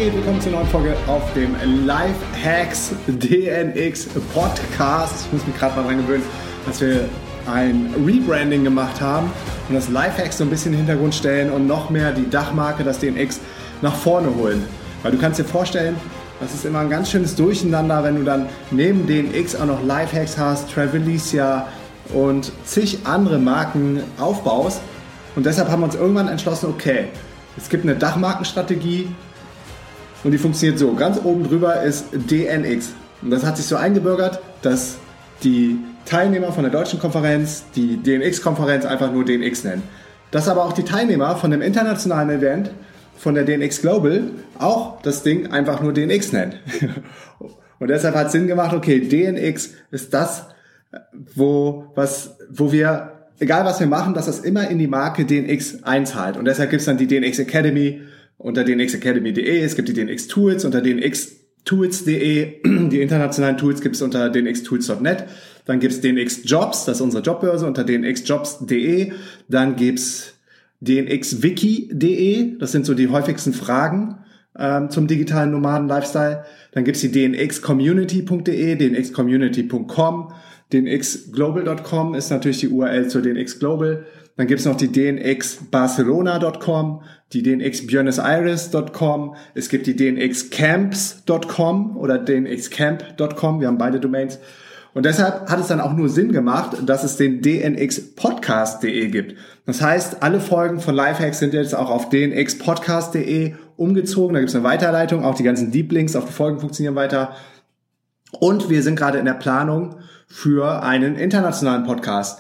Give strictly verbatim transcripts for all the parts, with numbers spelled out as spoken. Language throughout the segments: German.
geht? Willkommen zur neuen Folge auf dem Lifehacks D N X Podcast. Ich muss mich gerade mal dran gewöhnen, dass wir ein Rebranding gemacht haben und das Lifehacks so ein bisschen in den Hintergrund stellen und noch mehr die Dachmarke, das D N X, nach vorne holen. Weil du kannst dir vorstellen, das ist immer ein ganz schönes Durcheinander, wenn du dann neben D N X auch noch Lifehacks hast, Travelicia und zig andere Marken aufbaust. Und deshalb haben wir uns irgendwann entschlossen, okay, es gibt eine Dachmarkenstrategie und die funktioniert so. Ganz oben drüber ist D N X. Und das hat sich so eingebürgert, dass die Teilnehmer von der deutschen Konferenz die D N X-Konferenz einfach nur D N X nennen. Dass aber auch die Teilnehmer von dem internationalen Event von der D N X Global auch das Ding einfach nur D N X nennen. Und deshalb hat es Sinn gemacht, okay, D N X ist das, wo, was, wo wir egal was wir machen, dass das immer in die Marke D N X einzahlt. Und deshalb gibt es dann die D N X Academy unter D N X Academy Punkt de, es gibt die D N X Tools unter D N X Tools Punkt de, die internationalen Tools gibt es unter D N X Tools Punkt net, dann gibt es D N X Jobs, das ist unsere Jobbörse, unter D N X Jobs Punkt de, dann gibt es D N X Wiki Punkt de, das sind so die häufigsten Fragen ähm, zum digitalen Nomaden-Lifestyle, dann gibt es die D N X Community Punkt de, D N X Community Punkt com, D N X Global Punkt com ist natürlich die U R L zur D N X Global. Dann gibt's noch die D N X Barcelona Punkt com, die D N X Buenos Aires Punkt com. Es gibt die D N X Camps Punkt com oder D N X Camp Punkt com. Wir haben beide Domains. Und deshalb hat es dann auch nur Sinn gemacht, dass es den D N X Podcast Punkt de gibt. Das heißt, alle Folgen von Lifehacks sind jetzt auch auf D N X Podcast Punkt de umgezogen. Da gibt's eine Weiterleitung. Auch die ganzen Deep Links auf die Folgen funktionieren weiter. Und wir sind gerade in der Planung für einen internationalen Podcast.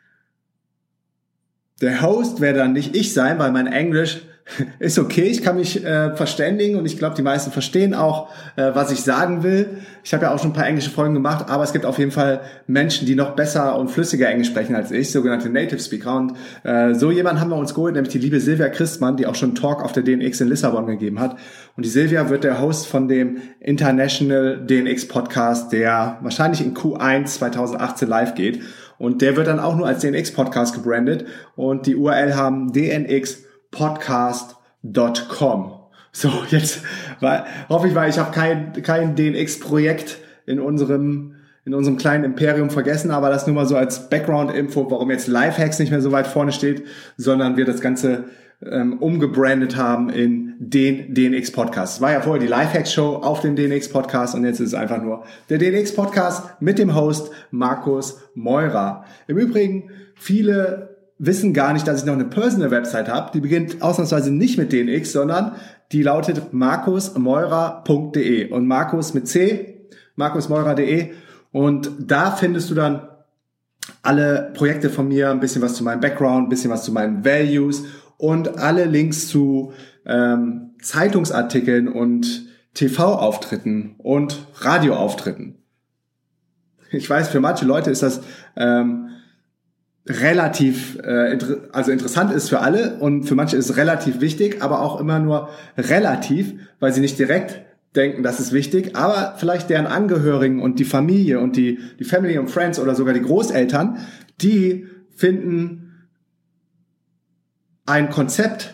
Der Host werde dann nicht ich sein, weil mein Englisch ist okay, ich kann mich äh, verständigen und ich glaube, die meisten verstehen auch, äh, was ich sagen will. Ich habe ja auch schon ein paar englische Folgen gemacht, aber es gibt auf jeden Fall Menschen, die noch besser und flüssiger Englisch sprechen als ich, sogenannte Native Speaker. Und äh, so jemanden haben wir uns geholt, nämlich die liebe Silvia Christmann, die auch schon einen Talk auf der D N X in Lissabon gegeben hat. Und die Silvia wird der Host von dem International D N X Podcast, der wahrscheinlich in Q eins zwanzig achtzehn live geht. Und der wird dann auch nur als D N X Podcast gebrandet. Und die U R L haben D N X podcast Punkt com. So, jetzt weil, hoffe ich, weil ich habe kein, kein D N X-Projekt in unserem, in unserem kleinen Imperium vergessen, aber das nur mal so als Background-Info, warum jetzt Lifehacks nicht mehr so weit vorne steht, sondern wir das Ganze ähm, umgebrandet haben in den D N X-Podcast. Es war ja vorher die Lifehacks-Show auf dem D N X-Podcast und jetzt ist es einfach nur der D N X-Podcast mit dem Host Markus Meurer. Im Übrigen, viele wissen gar nicht, dass ich noch eine Personal-Website habe. Die beginnt ausnahmsweise nicht mit D N X, sondern die lautet markus meurer Punkt de und Markus mit C, markus meurer Punkt de, und da findest du dann alle Projekte von mir, ein bisschen was zu meinem Background, ein bisschen was zu meinen Values und alle Links zu ähm, Zeitungsartikeln und T V-Auftritten und Radioauftritten. Ich weiß, für manche Leute ist das ähm, relativ, äh, inter- also interessant ist für alle und für manche ist es relativ wichtig, aber auch immer nur relativ, weil sie nicht direkt denken, das ist wichtig, aber vielleicht deren Angehörigen und die Familie und die, die Family und Friends oder sogar die Großeltern, die finden ein Konzept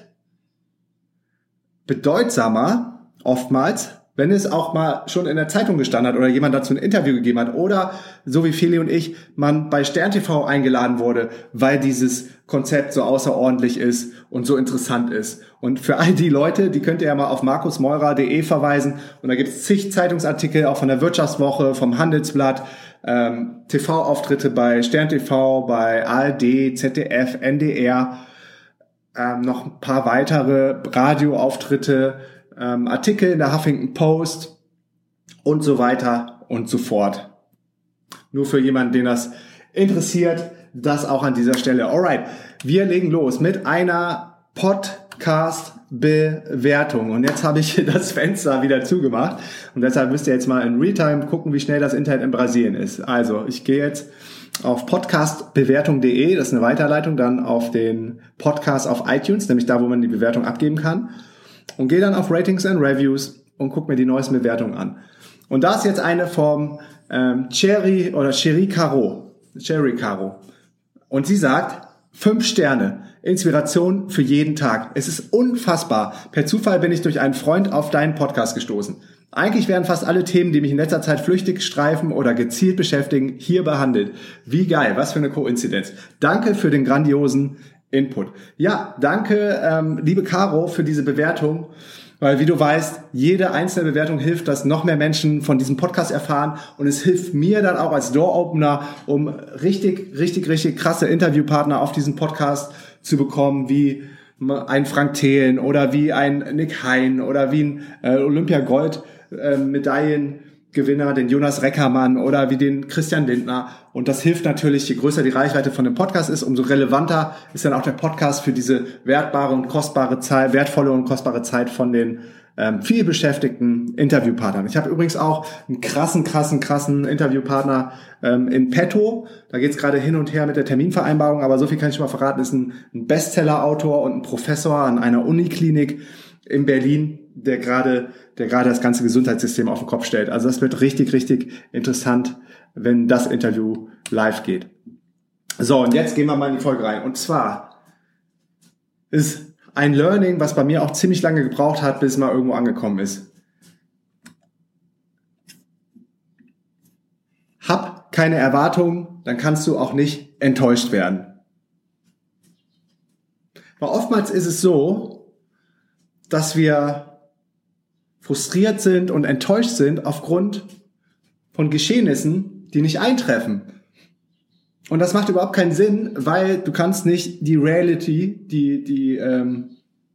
bedeutsamer oftmals, wenn es auch mal schon in der Zeitung gestanden hat oder jemand dazu ein Interview gegeben hat oder, so wie Feli und ich, man bei Stern T V eingeladen wurde, weil dieses Konzept so außerordentlich ist und so interessant ist. Und für all die Leute, die könnt ihr ja mal auf markus meurer Punkt de verweisen und da gibt es zig Zeitungsartikel, auch von der Wirtschaftswoche, vom Handelsblatt, ähm, T V-Auftritte bei Stern T V, bei A R D, Z D F, N D R, ähm, noch ein paar weitere Radioauftritte, Ähm, Artikel in der Huffington Post und so weiter und so fort. Nur für jemanden, den das interessiert, das auch an dieser Stelle. Alright, wir legen los mit einer Podcast-Bewertung. Und jetzt habe ich das Fenster wieder zugemacht und deshalb müsst ihr jetzt mal in Realtime gucken, wie schnell das Internet in Brasilien ist. Also, ich gehe jetzt auf podcastbewertung Punkt de, das ist eine Weiterleitung, dann auf den Podcast auf iTunes, nämlich da, wo man die Bewertung abgeben kann. Und gehe dann auf Ratings and Reviews und guck mir die neuesten Bewertungen an. Und da ist jetzt eine vom ähm, Cherry oder Cherry Caro. Cherry Caro. Und sie sagt, Fünf Sterne. Inspiration für jeden Tag. Es ist unfassbar. Per Zufall bin ich durch einen Freund auf deinen Podcast gestoßen. Eigentlich werden fast alle Themen, die mich in letzter Zeit flüchtig streifen oder gezielt beschäftigen, hier behandelt. Wie geil, was für eine Koinzidenz. Danke für den grandiosen Input. Ja, danke, ähm, liebe Caro, für diese Bewertung. Weil, wie du weißt, jede einzelne Bewertung hilft, dass noch mehr Menschen von diesem Podcast erfahren. Und es hilft mir dann auch als Door-Opener, um richtig, richtig, richtig krasse Interviewpartner auf diesen Podcast zu bekommen, wie ein Frank Thelen oder wie ein Nick Hein oder wie ein äh, Olympia-Gold-Medaillengewinner, äh, den Jonas Reckermann oder wie den Christian Lindner. Und das hilft natürlich, je größer die Reichweite von dem Podcast ist, umso relevanter ist dann auch der Podcast für diese wertbare und kostbare Zeit, wertvolle und kostbare Zeit von den ähm, viel beschäftigten Interviewpartnern. Ich habe übrigens auch einen krassen, krassen, krassen Interviewpartner ähm, in petto. Da geht's gerade hin und her mit der Terminvereinbarung, aber so viel kann ich schon mal verraten, ist ein, ein Bestseller-Autor und ein Professor an einer Uniklinik in Berlin, der gerade der gerade das ganze Gesundheitssystem auf den Kopf stellt. Also das wird richtig, richtig interessant, wenn das Interview live geht. So, und jetzt gehen wir mal in die Folge rein. Und zwar ist ein Learning, was bei mir auch ziemlich lange gebraucht hat, bis es mal irgendwo angekommen ist. Hab keine Erwartungen, dann kannst du auch nicht enttäuscht werden. Weil oftmals ist es so, dass wir frustriert sind und enttäuscht sind aufgrund von Geschehnissen, die nicht eintreffen. Und das macht überhaupt keinen Sinn, weil du kannst nicht die Reality, die die ähm,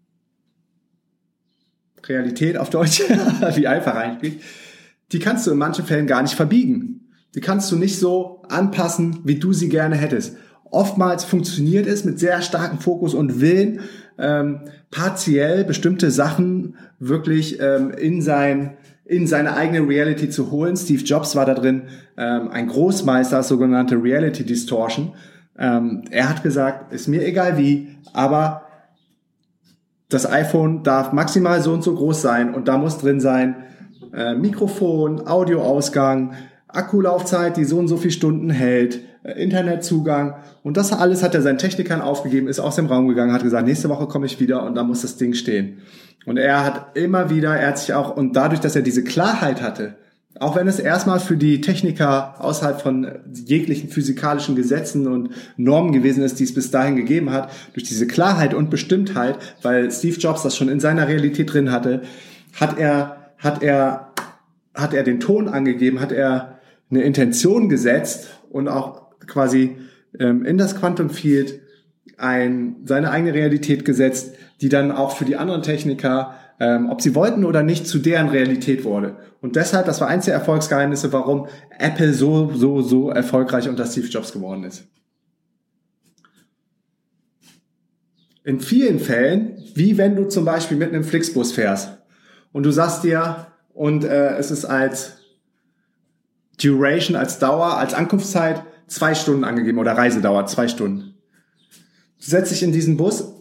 Realität auf Deutsch, wie einfach eigentlich, die kannst du in manchen Fällen gar nicht verbiegen. Die kannst du nicht so anpassen, wie du sie gerne hättest. Oftmals funktioniert es mit sehr starkem Fokus und Willen, ähm, partiell bestimmte Sachen wirklich ähm, in sein in seine eigene Reality zu holen. Steve Jobs war da drin ähm, ein Großmeister, sogenannte Reality Distortion. Ähm, er hat gesagt, ist mir egal wie, aber das iPhone darf maximal so und so groß sein und da muss drin sein äh, Mikrofon, Audioausgang, Akkulaufzeit, die so und so viele Stunden hält, äh, Internetzugang und das alles hat er seinen Technikern aufgegeben, ist aus dem Raum gegangen, hat gesagt, nächste Woche komme ich wieder und da muss das Ding stehen. Und er hat immer wieder, er hat sich auch, und dadurch, dass er diese Klarheit hatte, auch wenn es erstmal für die Techniker außerhalb von jeglichen physikalischen Gesetzen und Normen gewesen ist, die es bis dahin gegeben hat, durch diese Klarheit und Bestimmtheit, weil Steve Jobs das schon in seiner Realität drin hatte, hat er, hat er, hat er den Ton angegeben, hat er eine Intention gesetzt und auch quasi ähm, in das Quantum Field ein, seine eigene Realität gesetzt, die dann auch für die anderen Techniker, ähm, ob sie wollten oder nicht, zu deren Realität wurde. Und deshalb, das war eins der Erfolgsgeheimnisse, warum Apple so, so, so erfolgreich unter Steve Jobs geworden ist. In vielen Fällen, wie wenn du zum Beispiel mit einem Flixbus fährst und du sagst dir, und äh, es ist als Duration, als Dauer, als Ankunftszeit zwei Stunden angegeben oder Reisedauer zwei Stunden. Du setzt dich in diesen Bus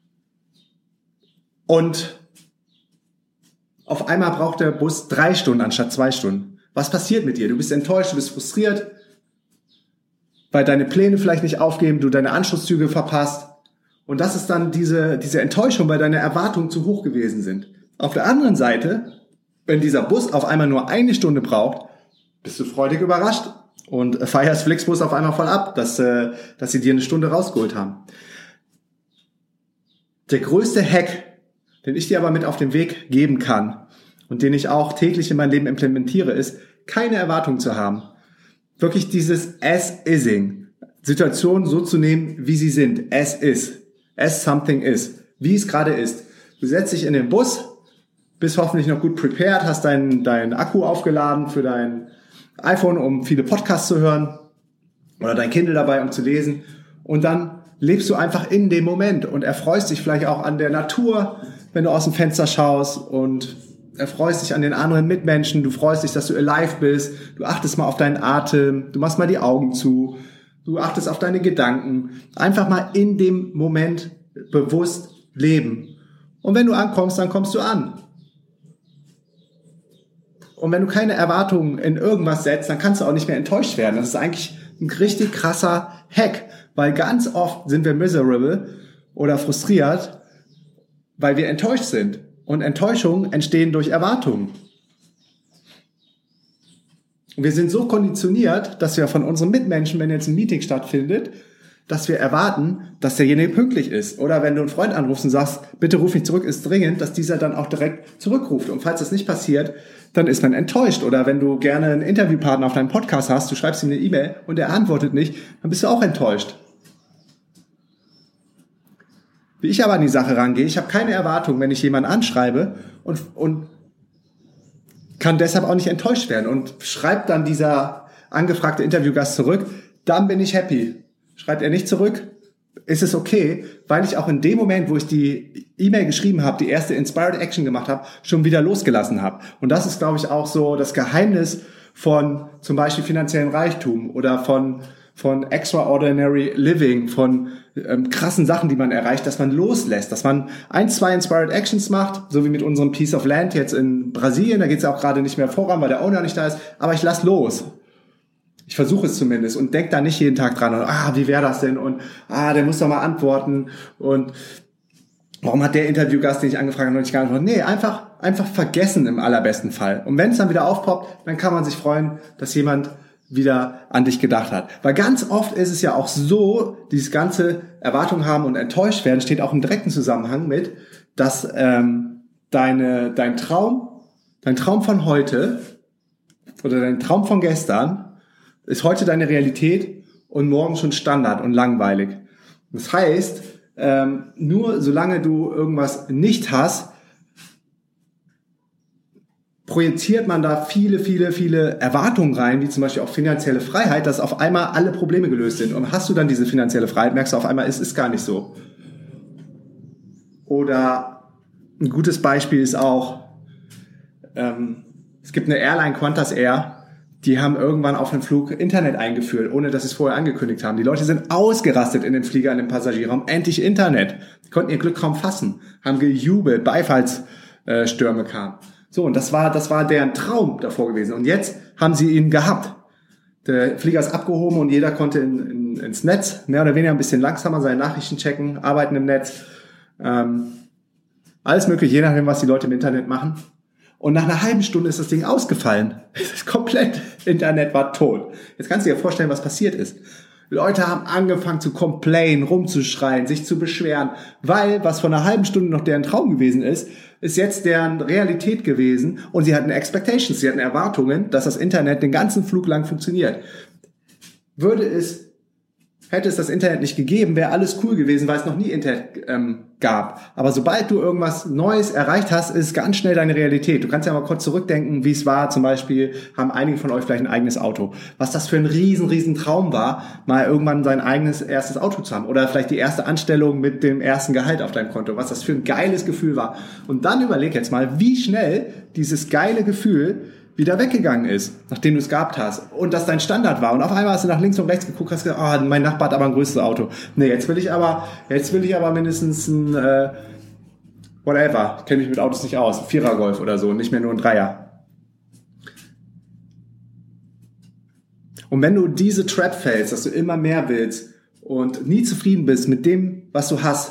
und auf einmal braucht der Bus drei Stunden anstatt zwei Stunden. Was passiert mit dir? Du bist enttäuscht, du bist frustriert, weil deine Pläne vielleicht nicht aufgeben, du deine Anschlusszüge verpasst. Und das ist dann diese, diese Enttäuschung, weil deine Erwartungen zu hoch gewesen sind. Auf der anderen Seite, wenn dieser Bus auf einmal nur eine Stunde braucht, bist du freudig überrascht und feierst Flixbus auf einmal voll ab, dass, äh, dass sie dir eine Stunde rausgeholt haben. Der größte Hack, den ich dir aber mit auf den Weg geben kann und den ich auch täglich in mein Leben implementiere, ist, keine Erwartung zu haben. Wirklich dieses As-Ising. Situationen so zu nehmen, wie sie sind. As is. As something is. Wie es gerade ist. Du setzt dich in den Bus, bist hoffentlich noch gut prepared, hast deinen deinen Akku aufgeladen für dein iPhone, um viele Podcasts zu hören oder dein Kindle dabei, um zu lesen. Und dann lebst du einfach in dem Moment und erfreust dich vielleicht auch an der Natur, wenn du aus dem Fenster schaust und erfreust dich an den anderen Mitmenschen. Du freust dich, dass du alive bist. Du achtest mal auf deinen Atem. Du machst mal die Augen zu. Du achtest auf deine Gedanken. Einfach mal in dem Moment bewusst leben. Und wenn du ankommst, dann kommst du an. Und wenn du keine Erwartungen in irgendwas setzt, dann kannst du auch nicht mehr enttäuscht werden. Das ist eigentlich ein richtig krasser Hack, weil ganz oft sind wir miserable oder frustriert, weil wir enttäuscht sind. Und Enttäuschungen entstehen durch Erwartungen. Und wir sind so konditioniert, dass wir von unseren Mitmenschen, wenn jetzt ein Meeting stattfindet, dass wir erwarten, dass derjenige pünktlich ist. Oder wenn du einen Freund anrufst und sagst, bitte ruf mich zurück, ist dringend, dass dieser dann auch direkt zurückruft. Und falls das nicht passiert, dann ist man enttäuscht. Oder wenn du gerne einen Interviewpartner auf deinem Podcast hast, du schreibst ihm eine E-Mail und er antwortet nicht, dann bist du auch enttäuscht. Wie ich aber an die Sache rangehe, ich habe keine Erwartung, wenn ich jemanden anschreibe und, und kann deshalb auch nicht enttäuscht werden. Und schreibt dann dieser angefragte Interviewgast zurück, dann bin ich happy. Schreibt er nicht zurück, ist es okay, weil ich auch in dem Moment, wo ich die E-Mail geschrieben habe, die erste Inspired Action gemacht habe, schon wieder losgelassen habe. Und das ist, glaube ich, auch so das Geheimnis von zum Beispiel finanziellem Reichtum oder von, von extraordinary living, von ähm, krassen Sachen, die man erreicht, dass man loslässt, dass man ein, zwei Inspired Actions macht, so wie mit unserem Piece of Land jetzt in Brasilien, da geht es ja auch gerade nicht mehr voran, weil der Owner nicht da ist, aber ich lass los. Ich versuche es zumindest und denk da nicht jeden Tag dran und ah, wie wäre das denn und ah, der muss doch mal antworten und warum hat der Interviewgast, den ich angefragt habe, noch nicht geantwortet? Nee, einfach, einfach vergessen im allerbesten Fall. Und wenn es dann wieder aufpoppt, dann kann man sich freuen, dass jemand wieder an dich gedacht hat. Weil ganz oft ist es ja auch so, dieses ganze Erwartungen haben und enttäuscht werden, steht auch im direkten Zusammenhang mit, dass ähm, deine, dein Traum, dein Traum von heute oder dein Traum von gestern ist heute deine Realität und morgen schon Standard und langweilig. Das heißt, ähm, nur solange du irgendwas nicht hast, projiziert man da viele, viele, viele Erwartungen rein, wie zum Beispiel auch finanzielle Freiheit, dass auf einmal alle Probleme gelöst sind. Und hast du dann diese finanzielle Freiheit, merkst du auf einmal, es ist gar nicht so. Oder ein gutes Beispiel ist auch, ähm, es gibt eine Airline, Qantas Air, die haben irgendwann auf einem Flug Internet eingeführt, ohne dass sie es vorher angekündigt haben. Die Leute sind ausgerastet in den Flieger, in den Passagierraum. Endlich Internet. Die konnten ihr Glück kaum fassen. Haben gejubelt, Beifallsstürme kamen. So, und das war, das war deren Traum davor gewesen. Und jetzt haben sie ihn gehabt. Der Flieger ist abgehoben und jeder konnte in, in, ins Netz, mehr oder weniger ein bisschen langsamer seine Nachrichten checken, arbeiten im Netz. Ähm, alles mögliche, je nachdem, was die Leute im Internet machen. Und nach einer halben Stunde ist das Ding ausgefallen. Das komplett Internet war tot. Jetzt kannst du dir vorstellen, was passiert ist. Leute haben angefangen zu complainen, rumzuschreien, sich zu beschweren, weil was vor einer halben Stunde noch deren Traum gewesen ist, ist jetzt deren Realität gewesen und sie hatten Expectations, sie hatten Erwartungen, dass das Internet den ganzen Flug lang funktioniert. Würde es Hätte es das Internet nicht gegeben, wäre alles cool gewesen, weil es noch nie Internet ähm, gab. Aber sobald du irgendwas Neues erreicht hast, ist es ganz schnell deine Realität. Du kannst ja mal kurz zurückdenken, wie es war. Zum Beispiel haben einige von euch vielleicht ein eigenes Auto. Was das für ein riesen, riesen Traum war, mal irgendwann sein eigenes erstes Auto zu haben. Oder vielleicht die erste Anstellung mit dem ersten Gehalt auf deinem Konto. Was das für ein geiles Gefühl war. Und dann überleg jetzt mal, wie schnell dieses geile Gefühl wieder weggegangen ist, nachdem du es gehabt hast und das dein Standard war und auf einmal hast du nach links und rechts geguckt, hast gesagt, ah, oh, mein Nachbar hat aber ein größeres Auto. Nee, jetzt will ich aber, jetzt will ich aber mindestens ein äh, whatever, ich kenne mich mit Autos nicht aus, Vierer-Golf oder so, nicht mehr nur ein Dreier. Und wenn du diese Trap fällst, dass du immer mehr willst und nie zufrieden bist mit dem, was du hast,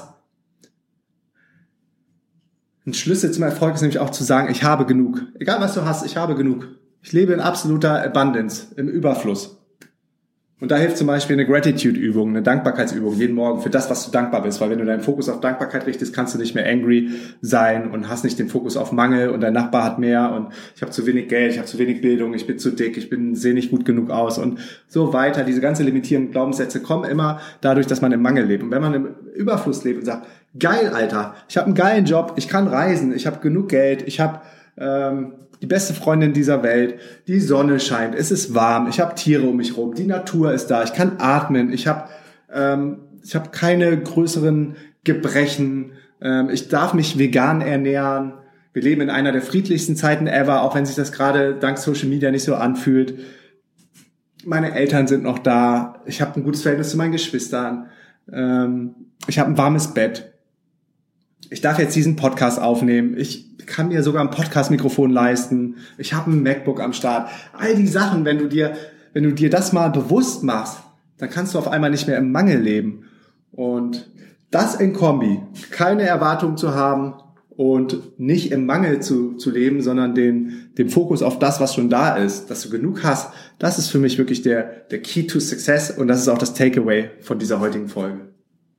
ein Schlüssel zum Erfolg ist nämlich auch zu sagen, ich habe genug. Egal was du hast, ich habe genug. Ich lebe in absoluter Abundance, im Überfluss. Und da hilft zum Beispiel eine Gratitude-Übung, eine Dankbarkeitsübung jeden Morgen für das, was du dankbar bist. Weil wenn du deinen Fokus auf Dankbarkeit richtest, kannst du nicht mehr angry sein und hast nicht den Fokus auf Mangel und dein Nachbar hat mehr und ich habe zu wenig Geld, ich habe zu wenig Bildung, ich bin zu dick, ich bin sehe nicht gut genug aus und so weiter. Diese ganze limitierenden Glaubenssätze kommen immer dadurch, dass man im Mangel lebt. Und wenn man im Überfluss lebt und sagt, geil, Alter, ich habe einen geilen Job, ich kann reisen, ich habe genug Geld, ich habe ähm, die beste Freundin dieser Welt, die Sonne scheint, es ist warm, ich habe Tiere um mich rum, die Natur ist da, ich kann atmen, ich habe ähm, ich habe keine größeren Gebrechen, ähm, ich darf mich vegan ernähren, wir leben in einer der friedlichsten Zeiten ever, auch wenn sich das gerade dank Social Media nicht so anfühlt. Meine Eltern sind noch da, ich habe ein gutes Verhältnis zu meinen Geschwistern, ähm, ich habe ein warmes Bett. Ich darf jetzt diesen Podcast aufnehmen. Ich kann mir sogar ein Podcast-Mikrofon leisten. Ich habe ein MacBook am Start. All die Sachen, wenn du dir, wenn du dir das mal bewusst machst, dann kannst du auf einmal nicht mehr im Mangel leben. Und das in Kombi, keine Erwartung zu haben und nicht im Mangel zu, zu leben, sondern den, den Fokus auf das, was schon da ist, dass du genug hast, das ist für mich wirklich der, der Key to Success und das ist auch das Takeaway von dieser heutigen Folge.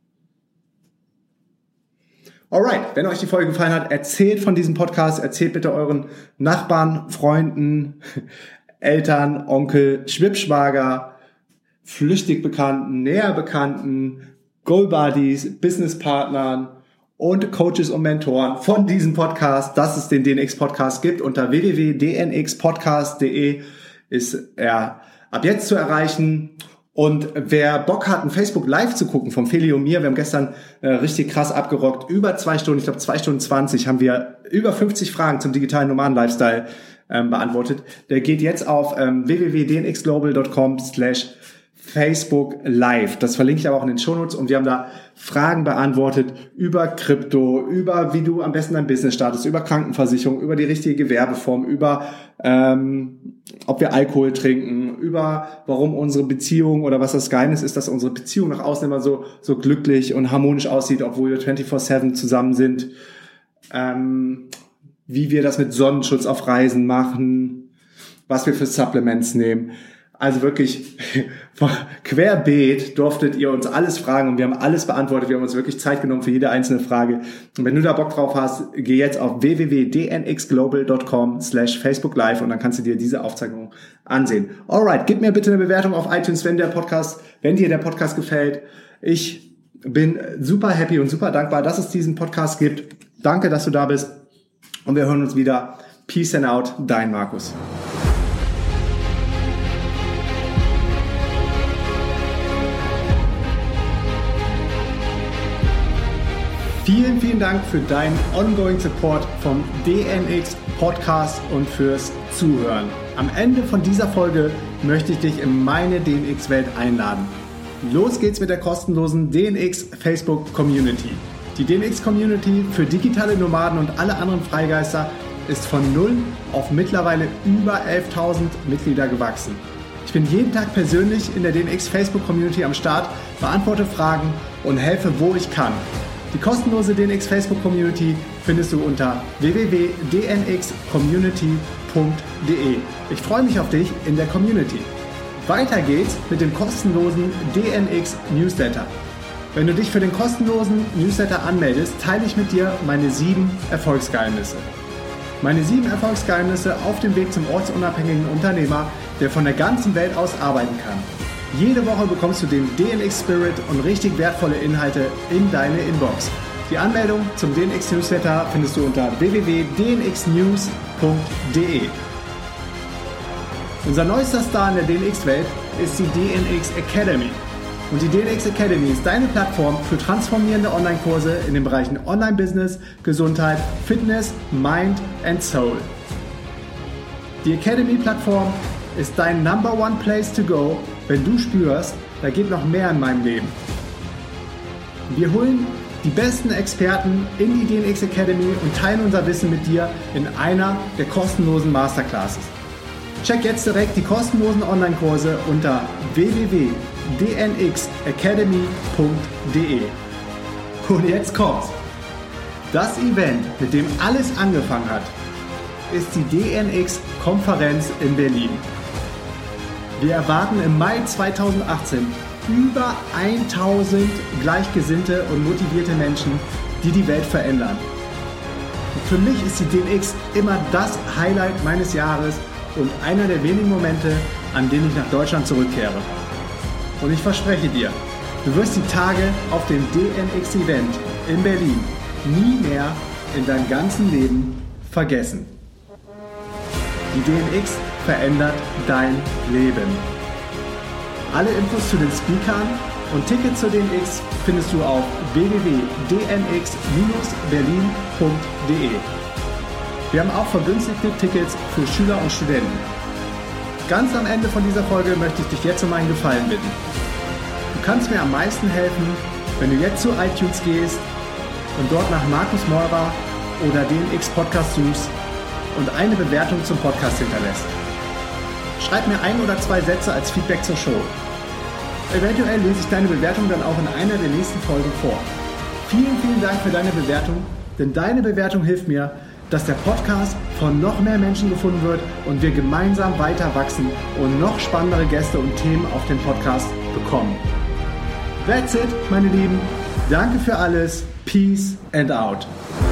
Alright, wenn euch die Folge gefallen hat, erzählt von diesem Podcast, erzählt bitte euren Nachbarn, Freunden, Eltern, Onkel, Schwibschwager, flüchtig Bekannten, näher Bekannten, Goal Buddies, Businesspartnern und Coaches und Mentoren von diesem Podcast, dass es den D N X Podcast gibt. Unter w w w punkt d n x podcast punkt d e ist er ab jetzt zu erreichen. Und wer Bock hat, ein Facebook Live zu gucken vom Feli und mir, wir haben gestern äh, richtig krass abgerockt, über zwei Stunden, ich glaube zwei Stunden zwanzig, haben wir über fünfzig Fragen zum digitalen Nomaden-Lifestyle ähm, beantwortet. Der geht jetzt auf ähm, w w w punkt d n x global punkt com slash Facebook Live. Das verlinke ich aber auch in den Shownotes und wir haben da Fragen beantwortet über Krypto, über wie du am besten dein Business startest, über Krankenversicherung, über die richtige Gewerbeform, über ähm, ob wir Alkohol trinken, über warum unsere Beziehung oder was das Geheimnis ist, dass unsere Beziehung nach außen immer so so glücklich und harmonisch aussieht, obwohl wir vierundzwanzig sieben zusammen sind, ähm, wie wir das mit Sonnenschutz auf Reisen machen, was wir für Supplements nehmen. Also wirklich querbeet durftet ihr uns alles fragen und wir haben alles beantwortet. Wir haben uns wirklich Zeit genommen für jede einzelne Frage. Und wenn du da Bock drauf hast, geh jetzt auf w w w punkt d n x global punkt com slash Facebook Live und dann kannst du dir diese Aufzeichnung ansehen. Alright, gib mir bitte eine Bewertung auf iTunes, wenn der Podcast, wenn dir der Podcast gefällt. Ich bin super happy und super dankbar, dass es diesen Podcast gibt. Danke, dass du da bist und wir hören uns wieder. Peace and out, dein Markus. Vielen, vielen Dank für deinen ongoing Support vom D N X Podcast und fürs Zuhören. Am Ende von dieser Folge möchte ich dich in meine D N X-Welt einladen. Los geht's mit der kostenlosen D N X Facebook Community. Die D N X Community für digitale Nomaden und alle anderen Freigeister ist von null auf mittlerweile über elftausend Mitglieder gewachsen. Ich bin jeden Tag persönlich in der D N X Facebook Community am Start, beantworte Fragen und helfe, wo ich kann. Die kostenlose D N X Facebook Community findest du unter w w w punkt d n x community punkt d e. Ich freue mich auf dich in der Community. Weiter geht's mit dem kostenlosen D N X Newsletter. Wenn du dich für den kostenlosen Newsletter anmeldest, teile ich mit dir meine sieben Erfolgsgeheimnisse. Meine sieben Erfolgsgeheimnisse auf dem Weg zum ortsunabhängigen Unternehmer, der von der ganzen Welt aus arbeiten kann. Jede Woche bekommst du den D N X Spirit und richtig wertvolle Inhalte in deine Inbox. Die Anmeldung zum D N X Newsletter findest du unter w w w punkt d n x news punkt d e. Unser neuester Star in der D N X-Welt ist die D N X Academy. Und die D N X Academy ist deine Plattform für transformierende Online-Kurse in den Bereichen Online-Business, Gesundheit, Fitness, Mind and Soul. Die Academy-Plattform ist dein Number One Place to go, wenn du spürst, da geht noch mehr in meinem Leben. Wir holen die besten Experten in die D N X Academy und teilen unser Wissen mit dir in einer der kostenlosen Masterclasses. Check jetzt direkt die kostenlosen Online-Kurse unter w w w punkt d n x academy punkt d e. Und jetzt kommt's. Das Event, mit dem alles angefangen hat, ist die D N X-Konferenz in Berlin. Wir erwarten im Mai zweitausendachtzehn über tausend gleichgesinnte und motivierte Menschen, die die Welt verändern. Und für mich ist die D N X immer das Highlight meines Jahres und einer der wenigen Momente, an denen ich nach Deutschland zurückkehre. Und ich verspreche dir, du wirst die Tage auf dem D N X-Event in Berlin nie mehr in deinem ganzen Leben vergessen. Die D N X verändert dein Leben. Alle Infos zu den Speakern und Tickets zur D N X findest du auf w w w punkt d n x dash berlin punkt d e. Wir haben auch vergünstigte Tickets für Schüler und Studenten. Ganz am Ende von dieser Folge möchte ich dich jetzt um einen Gefallen bitten. Du kannst mir am meisten helfen, wenn du jetzt zu iTunes gehst und dort nach Markus Meurer oder D N X Podcast suchst und eine Bewertung zum Podcast hinterlässt. schreib mir ein oder zwei Sätze als Feedback zur Show. Eventuell lese ich deine Bewertung dann auch in einer der nächsten Folgen vor. Vielen, vielen Dank für deine Bewertung, denn deine Bewertung hilft mir, dass der Podcast von noch mehr Menschen gefunden wird und wir gemeinsam weiter wachsen und noch spannendere Gäste und Themen auf dem Podcast bekommen. That's it, meine Lieben. Danke für alles. Peace and out.